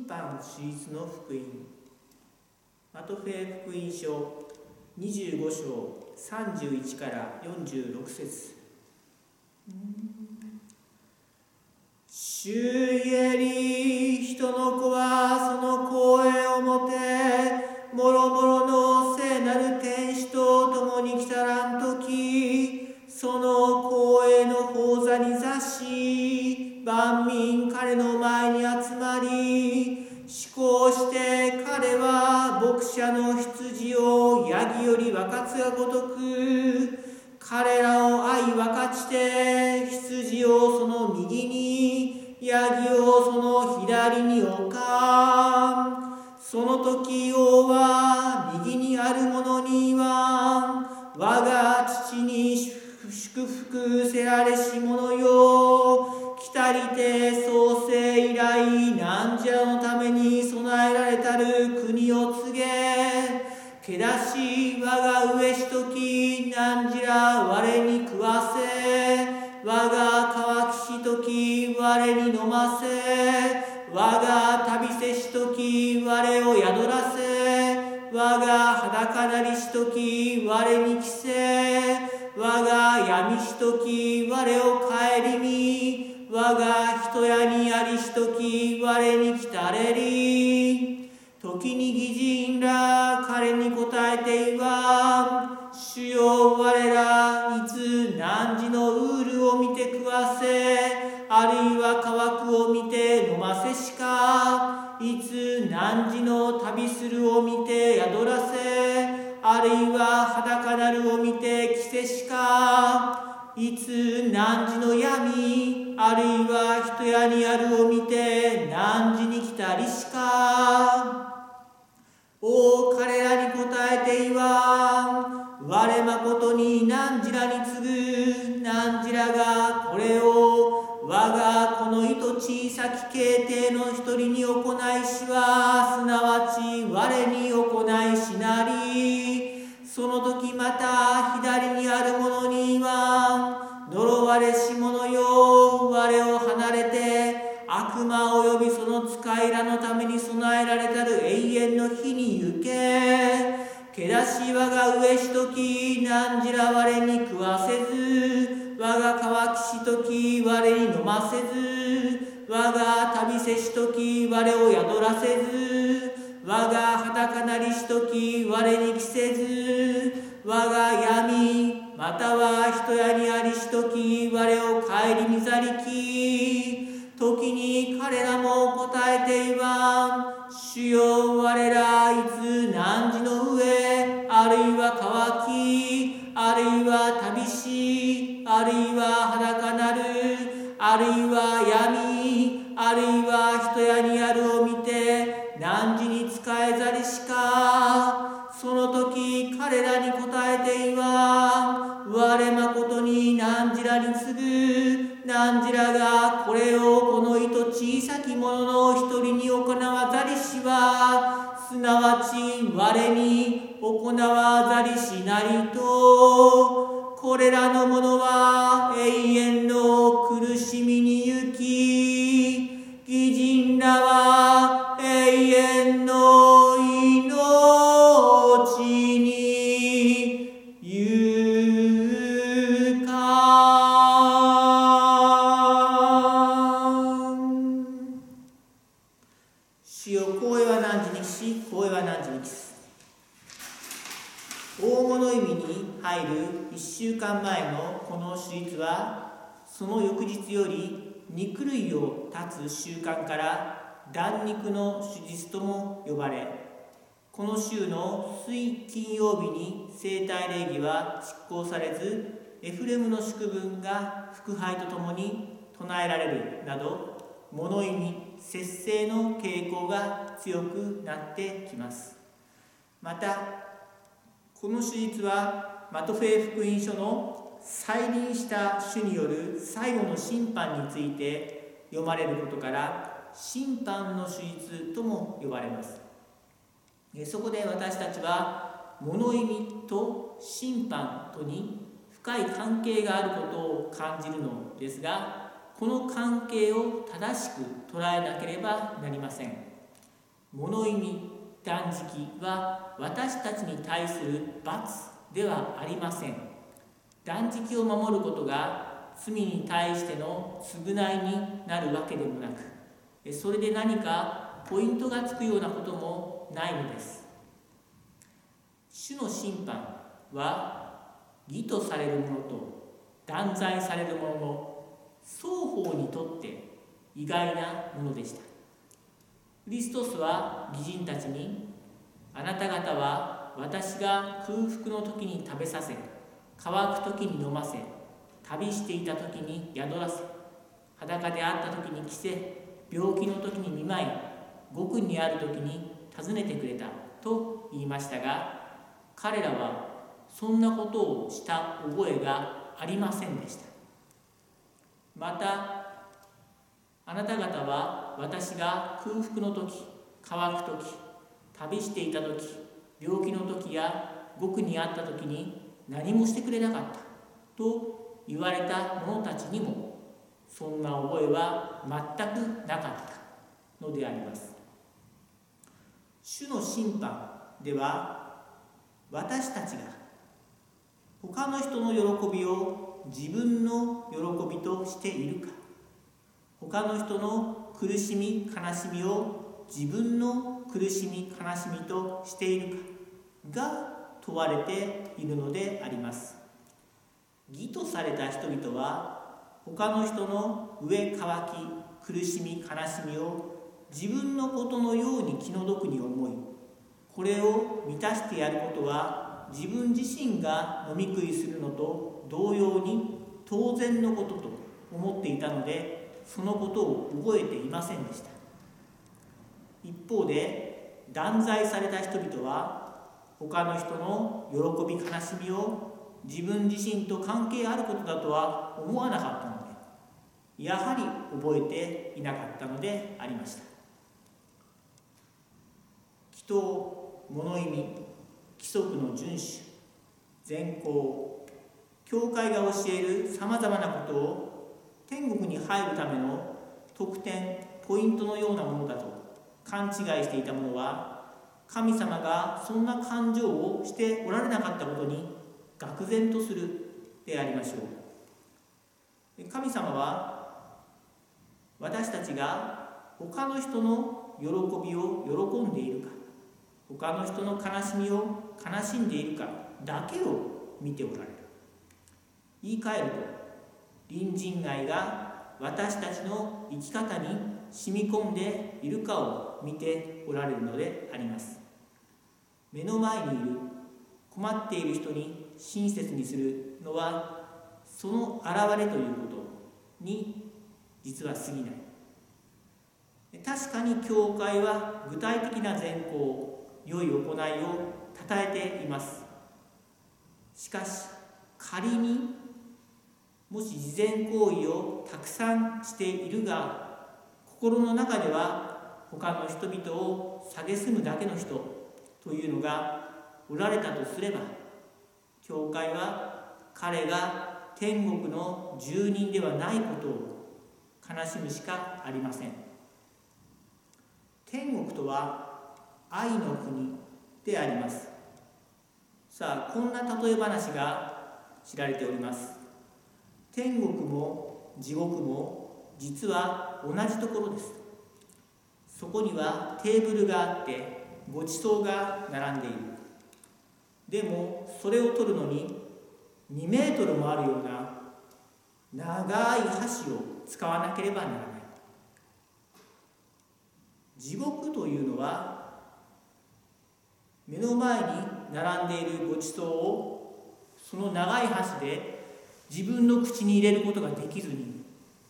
判手術の福音。マトフェ福音書25章31から46節。主ゆえに人の子はその声をもて、もろもろの聖なる天使と共に来たらんとき、その声の宝座に座し、万民彼の前に集まり、思考して彼は牧者の羊をヤギより分かつがごとく、彼らを愛分かちて、羊をその右に、ヤギをその左に置かん。その時王は右にある者に言わん。我が父に祝福せられし者よ。来たりて創世以来なんじゃのために備えられたる国を告げ。けだし我が上しときなんじら我に食わせ。我が乾きしとき我に飲ませ。我が旅せしとき我を宿らせ。我が裸なりしとき我に着せ。我が闇しとき我を顧み。我が人やにありしとき我に来たれり。時に義人ら彼に答えて言わん。主よ我らいつ汝のウールを見て食わせ、あるいは乾くを見て飲ませしか。いつ汝の旅するを見て宿らせ、あるいは裸なるを見て着せしか。いつ汝の闇、あるいは人やにあるを見て汝に来たりしか。お彼らに答えて言わん。我まことに汝らに次ぐ。汝らがこれを我がこの糸小さき形態の一人に行いしは、すなわち我に行いしなり。その時また左にある者に言わん。呪われし者よ、我を離れて悪魔およびその使いらのために備えられたる永遠の日に行け。けだし我が上しときなんじら我に食わせず。我が乾きしとき我に飲ませず。我が旅せしとき我を宿らせず。我が裸なりしとき我に着せず。我が闇または人やにありしとき我を顧みざりき。時に彼らも答えて言わん。主よ我らいつ汝の上、あるいは乾き、あるいは旅し、あるいは裸なる、あるいは闇、あるいは人やにあるを見て汝に仕えざりしか。その時彼らに答えて言わん。我まことに汝らに次ぐ。汝らがこれをこの糸小さき者の一人に行わざりしは、すなわち我に行わざりしなりと。これらの者は永遠の苦しみに行き、義人らは永遠の命に行か。主よ声は汝に帰し、声は汝に帰す。大物意味に入る1週間前のこの手術は、その翌日より肉類を断つ習慣から断肉の手術とも呼ばれ、この週の水金曜日に聖体礼儀は執行されず、エフレムの祝文が福杯とともに唱えられるなど、物意味節制の傾向が強くなってきます。またこの手術はマトフェ福音書の再臨した主による最後の審判について読まれることから、審判の手術とも呼ばれます。そこで私たちは物意味と審判とに深い関係があることを感じるのですが、この関係を正しく捉えなければなりません。 物意味、断食は私たちに対する罰ではありません。断食を守ることが罪に対しての償いになるわけでもなく、それで何かポイントがつくようなこともないのです。主の審判は義とされるものと断罪されるものの双方にとって意外なものでした。クリストスは義人たちに、あなた方は私が空腹の時に食べさせ、乾く時に飲ませ、旅していた時に宿らせ、裸であった時に着せ、病気の時に見舞い、獄にある時に訪ねてくれたと言いましたが、彼らはそんなことをした覚えがありませんでした。また、あなた方は私が空腹の時、乾く時、旅していた時、病気の時や獄にあった時に何もしてくれなかったと言われた者たちにも、そんな覚えは全くなかったのであります。主の審判では、私たちが他の人の喜びを自分の喜びとしているか、他の人の苦しみ悲しみを自分の苦しみ悲しみとしているかが問われているのであります。義とされた人々は他の人の飢え渇き苦しみ悲しみを自分のことのように気の毒に思い、これを満たしてやることは自分自身が飲み食いするのと同様に当然のことと思っていたので、そのことを覚えていませんでした。一方で、断罪された人々は他の人の喜び悲しみを自分自身と関係あることだとは思わなかったので、やはり覚えていなかったのでありました。祈祷、物意味、規則の遵守、善行、教会が教えるさまざまなことを天国に入るための特典、ポイントのようなものだと勘違いしていた者は、神様がそんな感情をしておられなかったことに愕然とするでありましょう。神様は私たちが他の人の喜びを喜んでいるか、他の人の悲しみを悲しんでいるかだけを見ておられる。言い換えると、隣人愛が私たちの生き方に染み込んでいるかを見ておられるのであります。目の前にいる困っている人に親切にするのはその現れということに実は過ぎない。確かに教会は具体的な善行、良い行いを称えています。しかし仮にもし慈善行為をたくさんしているが、心の中では他の人々を蔑むだけの人というのがおられたとすれば、教会は彼が天国の住人ではないことを悲しむしかありません。天国とは愛の国であります。さあ、こんな例え話が知られております。天国も地獄も実は同じところです。そこにはテーブルがあってごちそうが並んでいる。でもそれを取るのに2メートルもあるような長い箸を使わなければならない。地獄というのは目の前に並んでいるごちそうをその長い箸で自分の口に入れることができずに、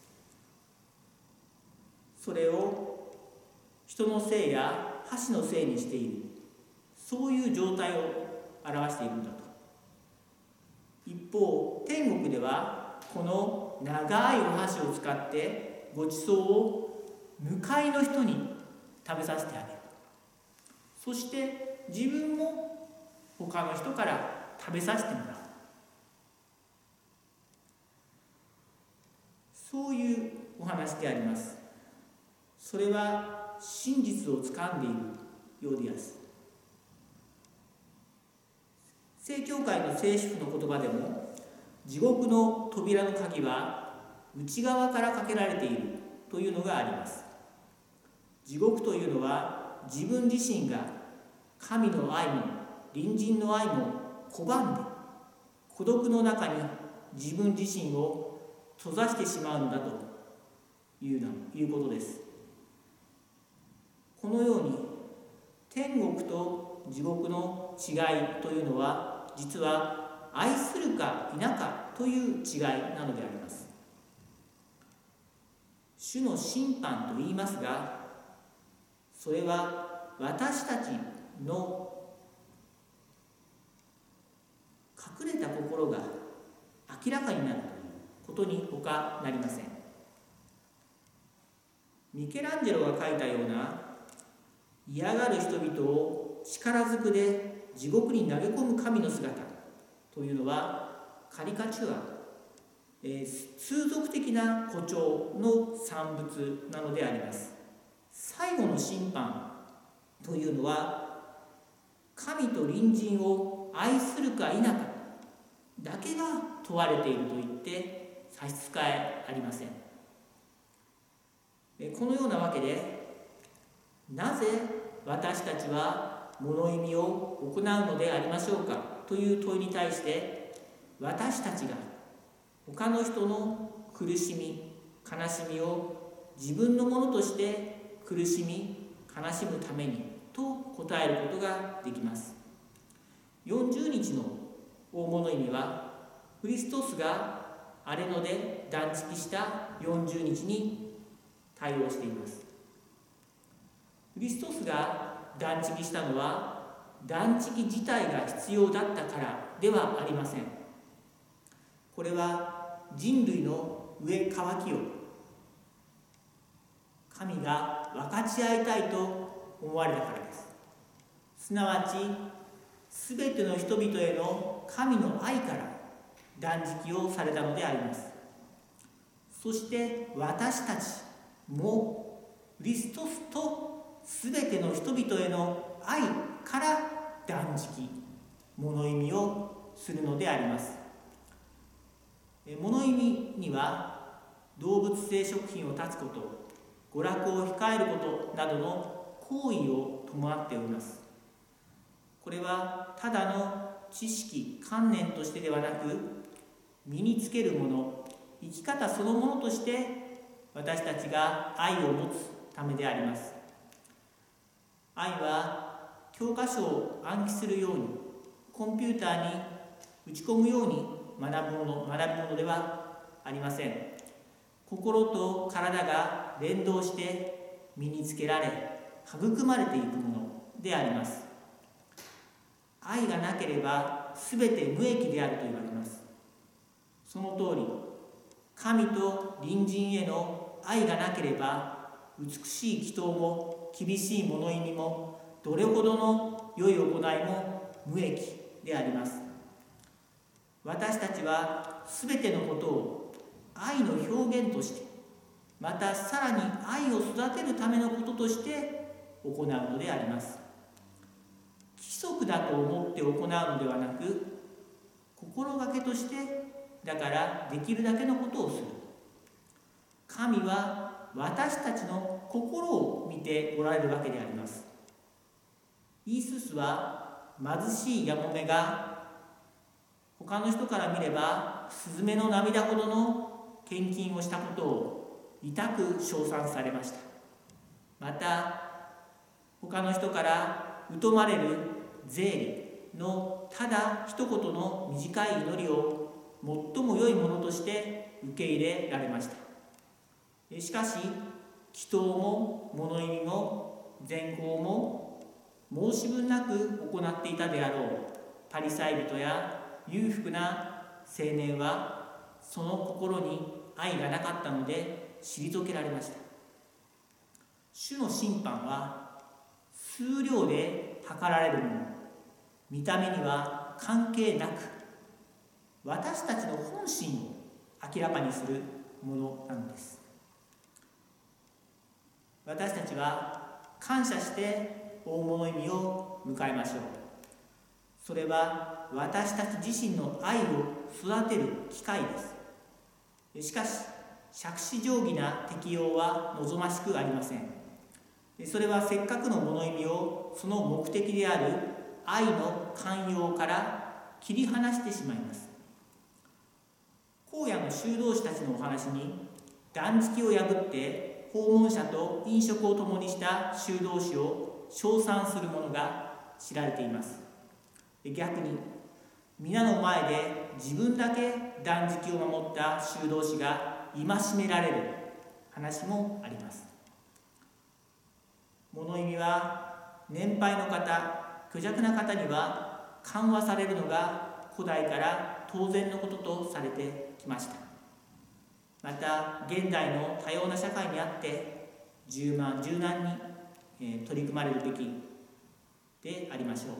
それを人のせいや箸のせいにしている、そういう状態を表しているんだと。一方、天国ではこの長いお箸を使ってごちそうを向かいの人に食べさせてあげる。そして自分も他の人から食べさせてもらう。そういうお話であります。それは真実をつかんでいるようです。正教会の聖書の言葉でも、地獄の扉の鍵は内側からかけられているというのがあります。地獄というのは自分自身が神の愛も隣人の愛も拒んで、孤独の中に自分自身を閉ざしてしまうのだということです。このように天国と地獄の違いというのは、実は愛するか否かという違いなのであります。主の審判と言いますが、それは私たちの隠れた心が明らかになるということに他なりません。ミケランジェロが描いたような嫌がる人々を力ずくで地獄に投げ込む神の姿というのはカリカチュア、通俗的な誇張の産物なのであります。最後の審判というのは、神と隣人を愛するか否かだけが問われていると言って差し支えありません。このようなわけで、なぜ私たちは物意味を行うのでありましょうかという問いに対して、私たちが他の人の苦しみ悲しみを自分のものとして苦しみ悲しむためにと答えることができます。40日の大物意味は、クリストスが荒野で断食した40日に対応しています。クリストスが断食したのは断食自体が必要だったからではありません。これは人類の飢え渇きを神が分かち合いたいと思われたからです。すなわちすべての人々への神の愛から断食をされたのであります。そして私たちもクリストスとすべての人々への愛から断食、物意味をするのであります。物意味には動物性食品を断つこと、娯楽を控えることなどの行為を伴っております。これはただの知識観念としてではなく、身につけるもの、生き方そのものとして私たちが愛を持つためであります。愛は教科書を暗記するように、コンピューターに打ち込むように学ぶものではありません。心と体が連動して身につけられ育まれていくものであります。愛がなければ全て無益であると言われます。その通り、神と隣人への愛がなければ美しい祈祷も厳しい物意味もどれほどの良い行いも無益であります。私たちは全てのことを愛の表現として、またさらに愛を育てるためのこととして行うのであります。規則だと思って行うのではなく、心がけとして、だからできるだけのことをする。神は私たちの心を見ておられるわけであります。イーススは貧しいやもめが他の人から見ればスズメの涙ほどの献金をしたことを痛く称賛されました。また他の人から疎まれる税理のただ一言の短い祈りを最も良いものとして受け入れられました。しかし祈祷も物意味も善行も申し分なく行っていたであろうパリサイ人や裕福な青年はその心に愛がなかったので退けられました。主の審判は数量で測られるもの、見た目には関係なく私たちの本心を明らかにするものなのです。私たちは感謝して大物意味を迎えましょう。それは私たち自身の愛を育てる機会です。しかし杓子定規な適用は望ましくありません。それはせっかくの物意味をその目的である愛の寛容から切り離してしまいます。荒野の修道士たちのお話に、断食を破って訪問者と飲食を共にした修道士を称賛するものが知られています。逆に皆の前で自分だけ断食を守った修道士が戒められる話もあります。物意味は年配の方、虚弱な方には緩和されるのが古代から当然のこととされてきました。また現代の多様な社会にあって柔軟に取り組まれるべきでありましょう。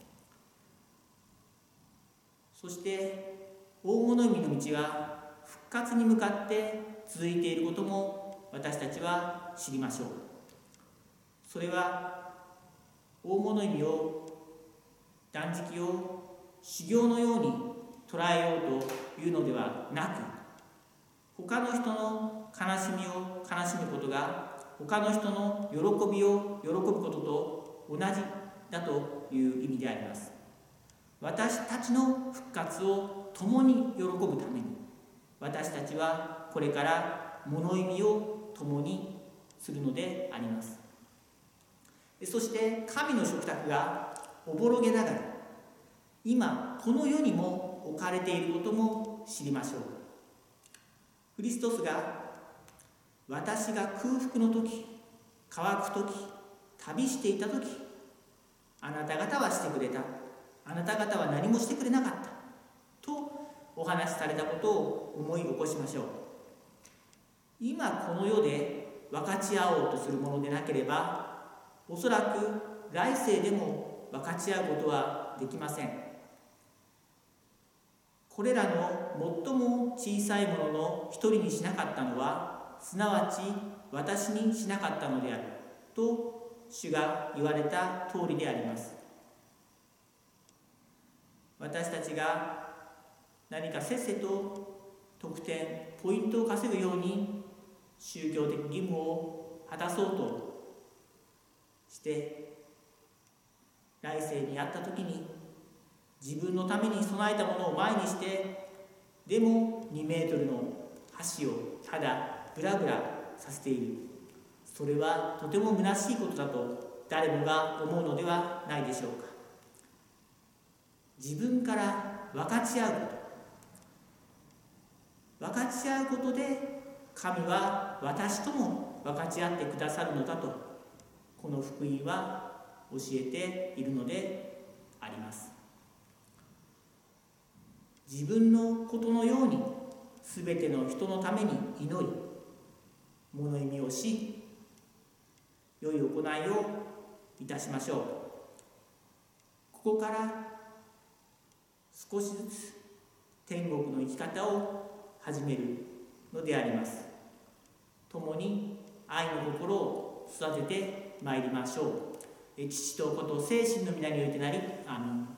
そして大物意味の道は復活に向かって続いていることも私たちは知りましょう。それは大物意味を、断食を修行のように捉えようというのではなく、他の人の悲しみを悲しむことが他の人の喜びを喜ぶことと同じだという意味であります。私たちの復活を共に喜ぶために、私たちはこれから物意味を共にするのであります。そして神の食卓がおぼろげながら今この世にも置かれていることも知りましょう。クリストスが私が空腹の時、乾く時、旅していた時、あなた方はしてくれた、あなた方は何もしてくれなかったとお話しされたことを思い起こしましょう。今この世で分かち合おうとするものでなければ、おそらく来世でも分かち合うことはできません。これらの最も小さいものの一人にしなかったのは、すなわち私にしなかったのであると主が言われた通りであります。私たちが何かせっせと得点、ポイントを稼ぐように宗教的義務を果たそうとして来世にあった時に自分のために備えたものを前にして、でも2メートルの橋をただブラブラさせている、それはとても虚しいことだと誰もが思うのではないでしょうか。自分から分かち合うこと、分かち合うことで神は私とも分かち合ってくださるのだと、この福音は教えているのであります。自分のことのようにすべての人のために祈り、物意味をし、良い行いをいたしましょう。ここから少しずつ天国の生き方を始めるのであります。共に愛の心を育ててまいりましょう。父と子と聖神の皆によってなり、アーメン。